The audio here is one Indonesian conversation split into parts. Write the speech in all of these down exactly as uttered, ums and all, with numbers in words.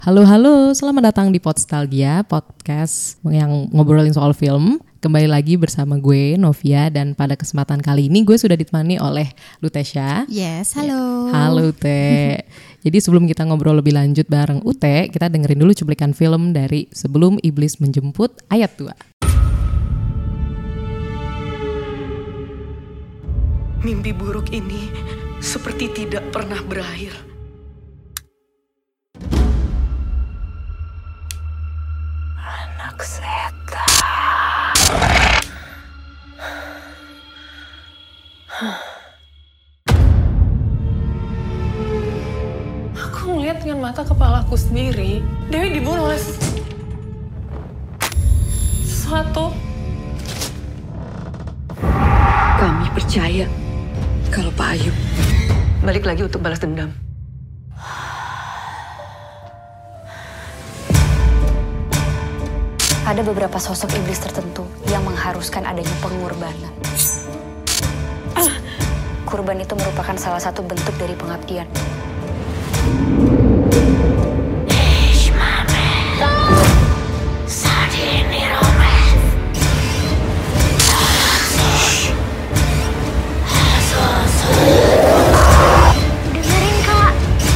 Halo halo, selamat datang di Podstalgia, podcast yang ngobrolin soal film. Kembali lagi bersama gue, Novia, dan pada kesempatan kali ini gue sudah ditemani oleh Lutesha. Yes, halo. Halo Ute. Jadi sebelum kita ngobrol lebih lanjut bareng Ute, kita dengerin dulu cuplikan film dari Sebelum Iblis Menjemput ayat dua. Mimpi buruk ini seperti tidak pernah berakhir. Anak setan. Aku melihat dengan mata kepalaku sendiri, Dewi dibunuh oleh sesuatu. Kami percaya kalau Pak Ayub balik lagi untuk balas dendam. Ada beberapa sosok iblis tertentu yang mengharuskan adanya pengorbanan. Kurban itu merupakan salah satu bentuk dari pengabdian. Dengerin, Kak.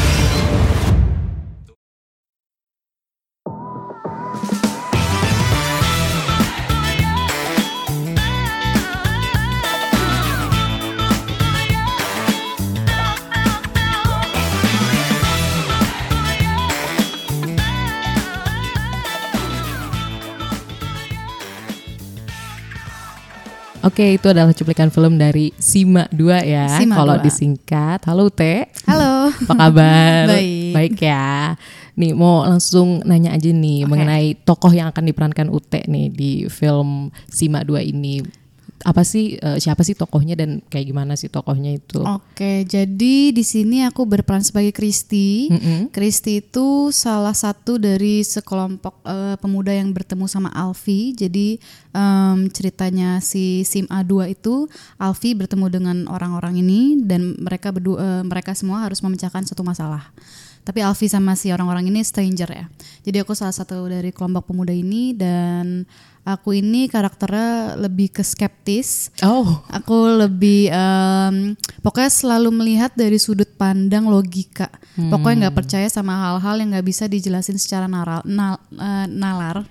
Oke, itu adalah cuplikan film dari Sima dua ya, Sima kalau dua. disingkat. Halo Ute. Halo. Apa kabar? Baik. Baik ya. Nih mau langsung nanya aja nih Oke. mengenai tokoh yang akan diperankan Ute nih di film Sima dua ini. Apa sih eh, siapa sih tokohnya dan kayak gimana sih tokohnya itu? Oke, jadi di sini aku berperan sebagai Kristi. Mm-mm. Kristi itu salah satu dari sekelompok eh, pemuda yang bertemu sama Alfi. Jadi em, ceritanya si Sima dua itu Alfi bertemu dengan orang-orang ini dan mereka berdua eh, mereka semua harus memecahkan satu masalah. Tapi Alfi sama si orang-orang ini stranger ya. Jadi aku salah satu dari kelompok pemuda ini dan aku ini karakternya lebih ke skeptis. Oh, Aku lebih em, pokoknya selalu melihat dari sudut pandang logika. Hmm. Pokoknya nggak percaya sama hal-hal yang nggak bisa dijelasin secara naral, nal, eh, nalar.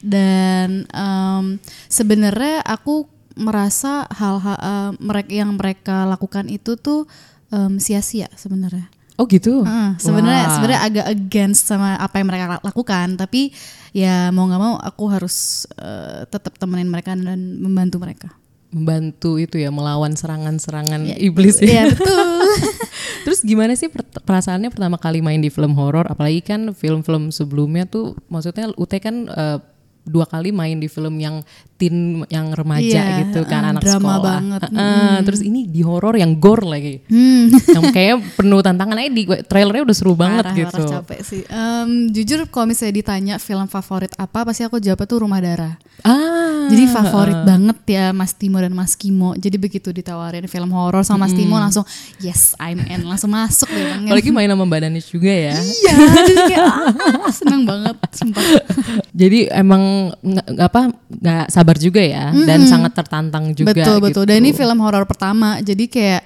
Dan em, sebenarnya aku merasa hal-hal mereka yang mereka lakukan itu tuh em, sia-sia sebenarnya. oh gitu. Heeh, sebenarnya Wah. sebenarnya agak against sama apa yang mereka lakukan, tapi ya mau nggak mau aku harus eh, tetap temenin mereka dan membantu mereka. Membantu itu ya melawan serangan-serangan Ya, iblis ya. Iya betul. Terus gimana sih per- perasaannya pertama kali main di film horor? Apalagi kan film-film sebelumnya tuh, maksudnya Ute kan eh, dua kali main di film yang teen, yang remaja Iya, gitu kan, eh, anak drama sekolah. banget. Eh, Mm. Terus ini di horor yang gore lagi, Hmm. yang kayaknya penuh tantangan. Aja di trailernya udah seru banget Parah, gitu. parah capek sih. Em, jujur kalau misalnya ditanya film favorit apa, pasti aku jawabnya tuh Rumah Darah. Ah, Jadi favorit banget ya Mas Timo dan Mas Kimo. Jadi begitu ditawarin film horor sama Mas Timo langsung yes I'm in, langsung masuk deh bang. Apalagi main sama Mbak Danis juga ya. Iya, jadi kayak ah, seneng banget sumpah. Jadi emang nggak nggak apa nggak sabar juga ya, dan sangat tertantang juga. Betul betul. gitu. Dan ini film horor pertama, jadi kayak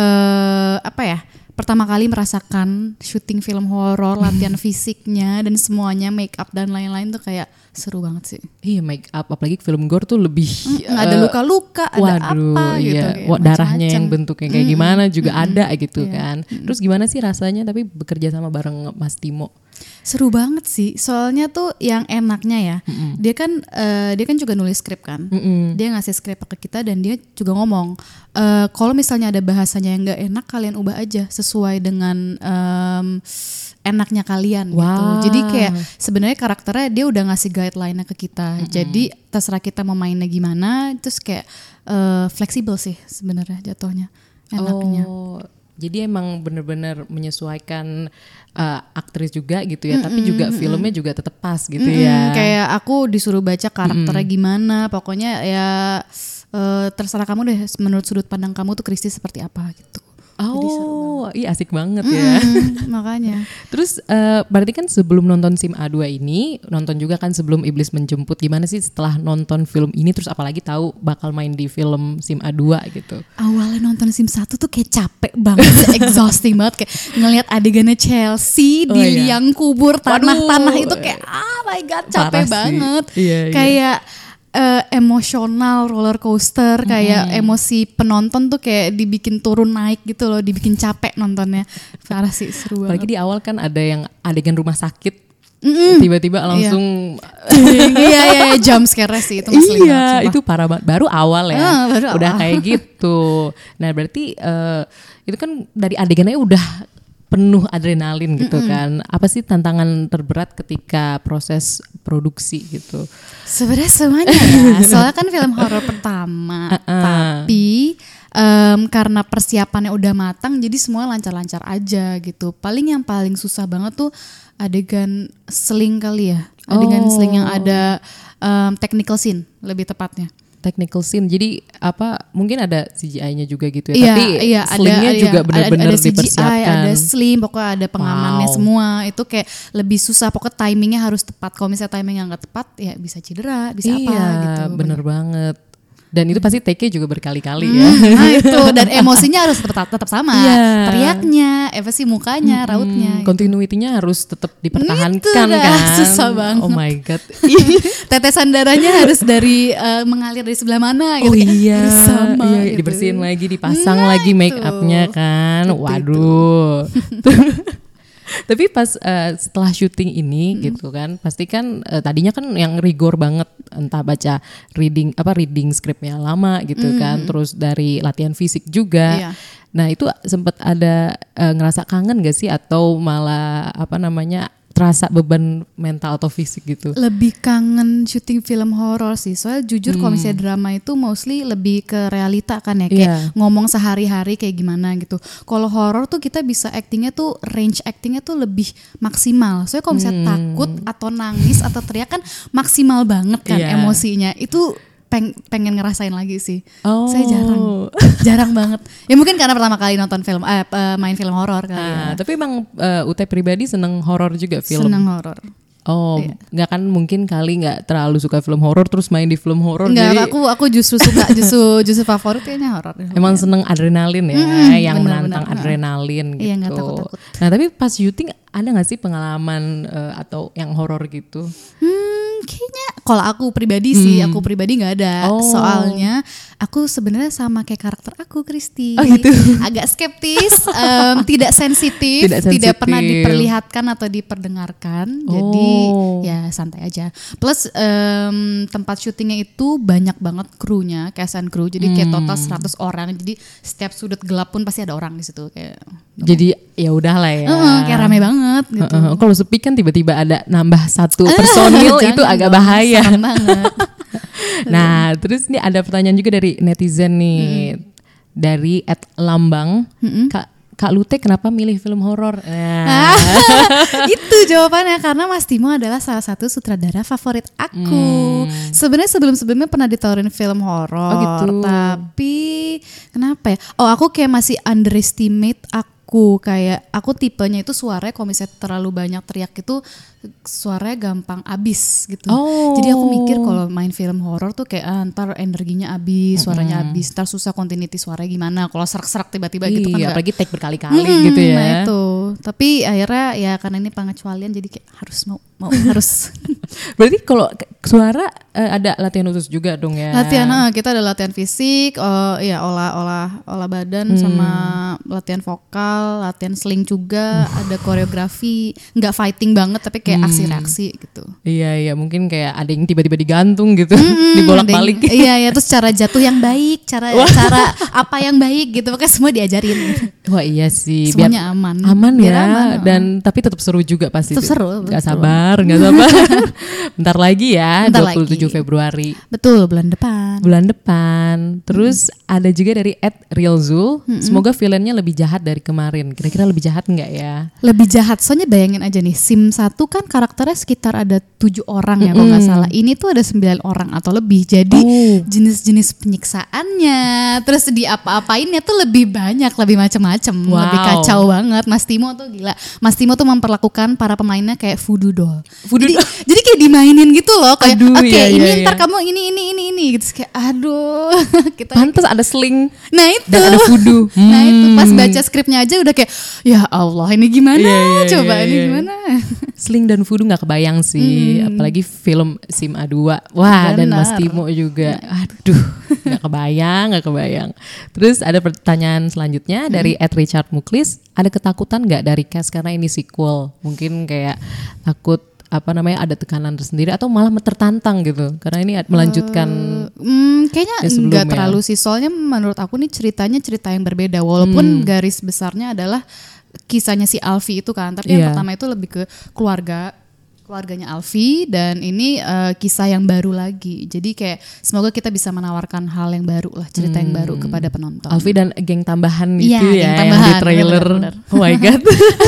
eh apa ya? Pertama kali merasakan syuting film horor, latihan fisiknya dan semuanya, make up dan lain-lain tuh kayak seru banget sih. Iya, make up, apalagi film gore tuh lebih Nggak ada eh, luka-luka, ada waduh, apa gitu. iya. kayak Wah, darahnya macam-macam. yang bentuknya kayak gimana juga ada gitu Iya. kan. Terus gimana sih rasanya tapi bekerja sama bareng Mas Timo? Seru banget sih, soalnya tuh yang enaknya ya, dia kan eh, dia kan juga nulis skrip kan, Mm-mm. dia ngasih skrip ke kita dan dia juga ngomong eh, kalau misalnya ada bahasanya yang nggak enak kalian ubah aja sesuai dengan em, enaknya kalian gitu. Wah. Jadi kayak sebenarnya karakternya dia udah ngasih guideline ke kita, jadi terserah kita mau mainnya gimana, terus kayak eh, fleksibel sih sebenarnya jatuhnya enaknya. Oh, jadi emang bener-bener menyesuaikan uh, aktris juga gitu ya, tapi juga filmnya juga tetap pas gitu Mm-mm, ya. Kayak aku disuruh baca karakternya gimana, pokoknya ya eh, terserah kamu deh menurut sudut pandang kamu tuh Kristi seperti apa gitu. Jadi seru Oh, Oh, iya asik banget ya. Mm, makanya. Terus uh, berarti kan sebelum nonton Sim A dua ini, nonton juga kan sebelum Iblis Menjemput. Gimana sih setelah nonton film ini terus apalagi tahu bakal main di film Sim A dua gitu? Awalnya nonton Sim satu tuh kayak capek banget, exhausting banget, kayak ngelihat adegannya Chelsea Oh, di iya. liang kubur tanah-tanah Waduh. itu kayak oh my god Parah capek sih. banget. Iya, iya. Kayak eh, emosional roller coaster, kayak emosi penonton tuh kayak dibikin turun naik gitu loh, dibikin capek nontonnya. Parah sih, seru Apalagi banget. di awal kan ada yang adegan rumah sakit. Mm-mm. Tiba-tiba langsung Iya iya iya, jump scare sih itu ngeselin banget, iya sumpah. itu parah banget. Baru awal ya Ah, baru udah awal. kayak gitu. Nah berarti eh, itu kan dari adegannya udah penuh adrenalin gitu kan. Apa sih tantangan terberat ketika proses produksi gitu? Sebenarnya semuanya ya, soalnya kan film horor pertama, tapi em, karena persiapannya udah matang, jadi semua lancar-lancar aja gitu. Paling yang paling susah banget tuh adegan seling kali ya, adegan Oh. seling yang ada em, technical scene lebih tepatnya. Technical scene, jadi apa mungkin ada C G I-nya juga gitu ya, Iya, tapi iya, slingnya ada, juga iya, benar-benar ada, ada C G I, dipersiapkan. ada sling, pokoknya ada pengamannya Wow. semua. Itu kayak lebih susah, pokoknya timingnya harus tepat. Kalau misalnya timingnya nggak tepat, ya bisa cedera, bisa Iya, apa gitu. bener banget. Dan itu pasti take-nya juga berkali-kali ya. Hmm, nah itu, dan emosinya harus tetap tetap sama. Iya. Teriaknya, apa sih mukanya, rautnya. Hmm, continuity-nya harus tetap dipertahankan Itu dah, kan. susah banget. Oh my god. Tetesan darahnya harus dari eh, mengalir dari sebelah mana Oh gitu. Kayak iya, harus sama iya, gitu. dibersihin lagi, dipasang Nah, lagi itu. make up-nya kan. Itu, Waduh. Tapi pas eh, setelah syuting ini gitu kan, pasti kan eh, tadinya kan yang rigor banget, entah baca reading apa reading skripnya lama gitu kan, terus dari latihan fisik juga. Iya. Nah itu sempat ada eh, ngerasa kangen gak sih atau malah apa namanya terasa beban mental atau fisik gitu? Lebih kangen syuting film horor sih. Soalnya jujur kalau misalnya drama itu mostly lebih ke realita kan ya, kayak Iya. ngomong sehari-hari kayak gimana gitu. Kalau horor tuh kita bisa actingnya tuh range actingnya tuh lebih maksimal. Soalnya kalau misalnya takut atau nangis atau teriak kan maksimal banget kan Iya. emosinya. Itu peng- pengen ngerasain lagi sih. Oh. Saya jarang, jarang banget. Ya mungkin karena pertama kali nonton film, eh, eh, main film horor kali Ah, ya. tapi emang uh, Ute pribadi seneng horor juga film. Seneng horor. Oh, Iya. nggak kan mungkin kali nggak terlalu suka film horor terus main di film horor. Enggak, Jadi aku aku justru suka, justru justru favorit kayaknya horor. emang seneng adrenalin ya, Mm, yang bener, menantang bener. adrenalin gitu. Iya, nggak takut-takut. Nah tapi pas syuting ada nggak sih pengalaman uh, atau yang horor gitu? Hmm, kayaknya kalau aku pribadi sih, aku pribadi nggak ada. Oh. Soalnya aku sebenarnya sama kayak karakter aku, Kristi. Oh, gitu. Agak skeptis, em, tidak sensitif, Tidak tidak pernah sensitif. diperlihatkan atau diperdengarkan. Jadi Oh. ya santai aja. Plus em, tempat syutingnya itu banyak banget krunya, cast and crew. Jadi kayak total seratus orang. Jadi setiap sudut gelap pun pasti ada orang di situ kayak. Jadi ya udahlah ya. Heeh, kayak rame banget gitu. Heeh, kalau sepi kan tiba-tiba ada nambah satu personil Jangan itu agak dong, bahaya. serem banget. Nah, terus ini ada pertanyaan juga dari netizen nih. Dari Ed Lambang. Kak Kak Lute kenapa milih film horor? Nah, Itu jawabannya, karena Mas Timo adalah salah satu sutradara favorit aku. Sebenarnya sebelum-sebelumnya pernah ditawarin film horor, Oh, gitu. tapi kenapa ya? Oh, aku kayak masih underestimate aku, kayak aku tipenya itu suaranya kalau misalnya terlalu banyak teriak itu suaranya gampang abis gitu. Oh. Jadi aku mikir kalau main film horor tuh kayak ah, ntar energinya abis, suaranya abis, ntar susah continuity suaranya gimana. Kalau serak-serak tiba-tiba gitu kan iya, nggak- apalagi take berkali-kali Mm-mm, gitu ya. Nah itu, tapi akhirnya ya karena ini pengecualian jadi kayak harus mau mau harus Berarti kalau ke- suara eh, ada latihan khusus juga dong ya? latihan. eh, kita ada latihan fisik, oh ya olah olah olah badan sama latihan vokal, latihan sling juga, ada koreografi, nggak fighting banget tapi kayak aksi-reaksi gitu. Iya iya mungkin kayak ada yang tiba-tiba digantung gitu, Mm, dibolak-balik. ada yang- Iya ya, terus cara jatuh yang baik, cara cara apa yang baik gitu, pokoknya semua diajarin. Gitu. Wah iya sih, Semuanya aman. aman Biar ya, aman, oh. dan tapi tetap seru juga pasti. Tetap seru, Gak betul. sabar, gak sabar. Bentar lagi ya, Bentar dua puluh tujuh lagi. Februari. Betul, bulan depan. Bulan depan. Terus ada juga dari Ed Realzul, semoga villainnya lebih jahat dari kemarin. Kira-kira lebih jahat nggak ya? Lebih jahat, soalnya bayangin aja nih, Sim satu kan karakternya sekitar ada tujuh orang ya kalau nggak salah. Ini tuh ada sembilan orang atau lebih, jadi Oh. jenis-jenis penyiksaannya, terus di apa-apainnya tuh lebih banyak, lebih macam-macam macem-macem, Wow. lebih kacau banget. Mas Timo tuh gila. Mas Timo tuh memperlakukan para pemainnya kayak voodoo doll. Voodoo jadi, doll. jadi kayak dimainin gitu loh, kayak Aduh, oke iya, ini iya, ntar iya. kamu ini ini ini ini gitu. Terus kayak aduh kita. Pantes ada sling Nah itu. dan ada voodoo. Nah itu pas Hmm. baca skripnya aja udah kayak ya Allah ini gimana? Iya, iya, Coba iya, ini iya. gimana? Sling dan voodoo nggak kebayang sih, apalagi film Sim A dua. Wah, dan Mas Benar. Timo juga. Aduh, nggak kebayang, nggak kebayang. Terus ada pertanyaan selanjutnya dari Ed Richard Muklis, ada ketakutan nggak dari cast karena ini sequel? Mungkin kayak takut apa namanya ada tekanan tersendiri atau malah tertantang gitu karena ini melanjutkan. Hmm, kayaknya Ya, sebelumnya. nggak terlalu sih. Soalnya menurut aku nih ceritanya cerita yang berbeda. Walaupun Hmm. garis besarnya adalah kisahnya si Alfie itu kan. Tapi yang Iya. pertama itu lebih ke keluarga. Keluarganya Alfie dan ini eh, kisah yang baru lagi. Jadi kayak semoga kita bisa menawarkan hal yang baru lah, cerita yang baru kepada penonton. Alfie dan geng tambahan Iya, gitu geng ya yang tambahan. di trailer. Benar, benar, Oh my god.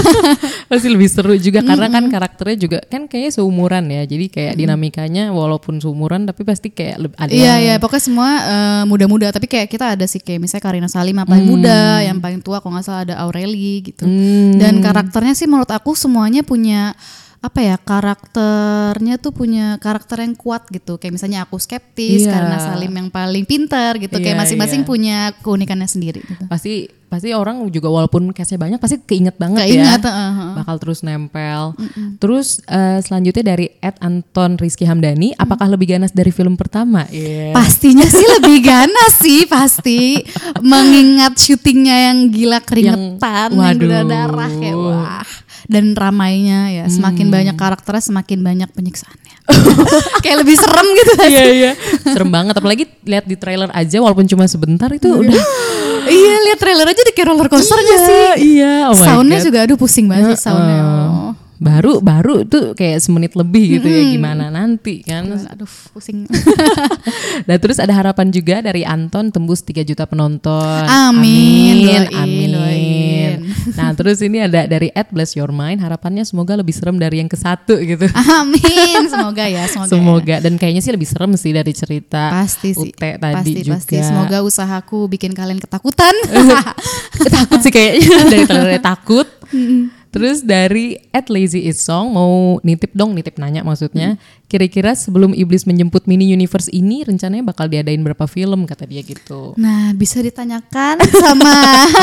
Pasti lebih seru juga karena kan karakternya juga kan kayaknya seumuran ya. Jadi kayak dinamikanya walaupun seumuran tapi pasti kayak leb- ada Iya yang- iya pokoknya semua eh, muda-muda tapi kayak kita ada sih kayak misalnya Karina Salim yang paling muda, yang paling tua kalau nggak salah ada Aureli gitu. Hmm. Dan karakternya sih menurut aku semuanya punya apa ya karakternya tuh punya karakter yang kuat gitu. Kayak misalnya aku skeptis Iya. karena Salim yang paling pintar gitu. Iya, Kayak masing-masing iya. punya keunikannya sendiri gitu. pasti pasti orang juga walaupun cast-nya banyak pasti keinget banget Keinget, ya. uh, uh. Bakal terus nempel. Terus eh, selanjutnya dari Ed Anton Rizky Hamdani, apakah lebih ganas dari film pertama? Iya. Pastinya sih lebih ganas sih pasti mengingat syutingnya yang gila keringetan, yang, waduh. berdarah kayak wah dan ramainya ya semakin banyak karakternya semakin banyak penyiksaannya kayak lebih serem gitu. Iya iya. Serem banget apalagi lihat di trailer aja walaupun cuma sebentar itu udah Iya lihat trailer aja di kayak roller coasternya Iya, sih. iya. Oh my Soundnya God. juga aduh pusing banget sih soundnya. Heeh. Oh. Baru baru tuh kayak semenit lebih gitu ya gimana nanti kan. Aduh pusing. Nah terus ada harapan juga dari Anton tembus tiga juta penonton. Amin, Amin. doain, amin. doain. Nah terus ini ada dari Ed Bless Your Mind, harapannya semoga lebih serem dari yang ke satu gitu. Amin semoga ya semoga. Semoga dan kayaknya sih lebih serem sih dari cerita Pasti sih. Ute tadi pasti, juga. Pasti semoga usahaku bikin kalian ketakutan. Takut sih kayaknya dari trailernya takut. Terus dari At Lazy Is Song mau nitip dong, nitip nanya maksudnya. Kira-kira sebelum Iblis menjemput mini universe ini rencananya bakal diadain berapa film kata dia gitu. Nah, bisa ditanyakan sama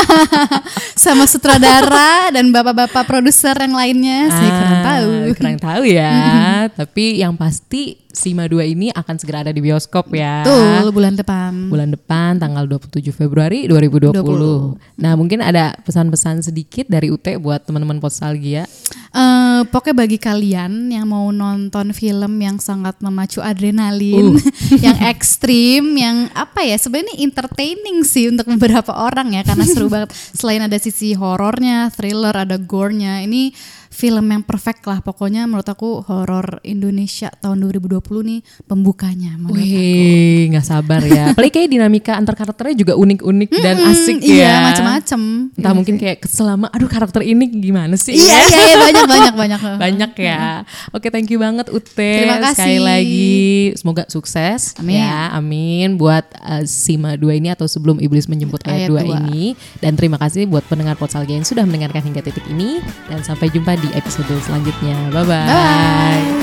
sama sutradara dan bapak-bapak produser yang lainnya. Saya kurang tahu. Kurang tahu ya. Tapi yang pasti Sima dua ini akan segera ada di bioskop ya. Betul, bulan depan. Bulan depan tanggal dua puluh tujuh Februari dua ribu dua puluh. Nah, mungkin ada pesan-pesan sedikit dari Ute buat teman-teman Potsalgia. Eh, pokoknya bagi kalian yang mau nonton film yang sangat memacu adrenalin, Uh. yang ekstrim, yang apa ya sebenarnya entertaining sih untuk beberapa orang ya karena seru banget. Selain ada sisi horornya, thriller, ada gore-nya, ini film yang perfect lah pokoknya menurut aku horor Indonesia tahun dua ribu dua puluh nih pembukanya menurut aku. Wih, nggak sabar ya. Apalagi kayak dinamika antar karakternya juga unik-unik dan Mm-mm, asik iya, ya. macam-macam. Entah mungkin kayak kesel sama, aduh karakter ini gimana sih? Iya, iya, iya, banyak, banyak, banyak. Banyak ya. Oke, thank you banget Ute. Terima kasih. Sekali lagi, semoga sukses. Amin. Ya, amin. Buat uh, Sima dua ini atau sebelum Iblis menjemput ayat Ayat dua dua. ini. Dan terima kasih buat pendengar Potsalgia yang sudah mendengarkan hingga titik ini. Dan sampai jumpa di episode selanjutnya. Bye-bye. Bye.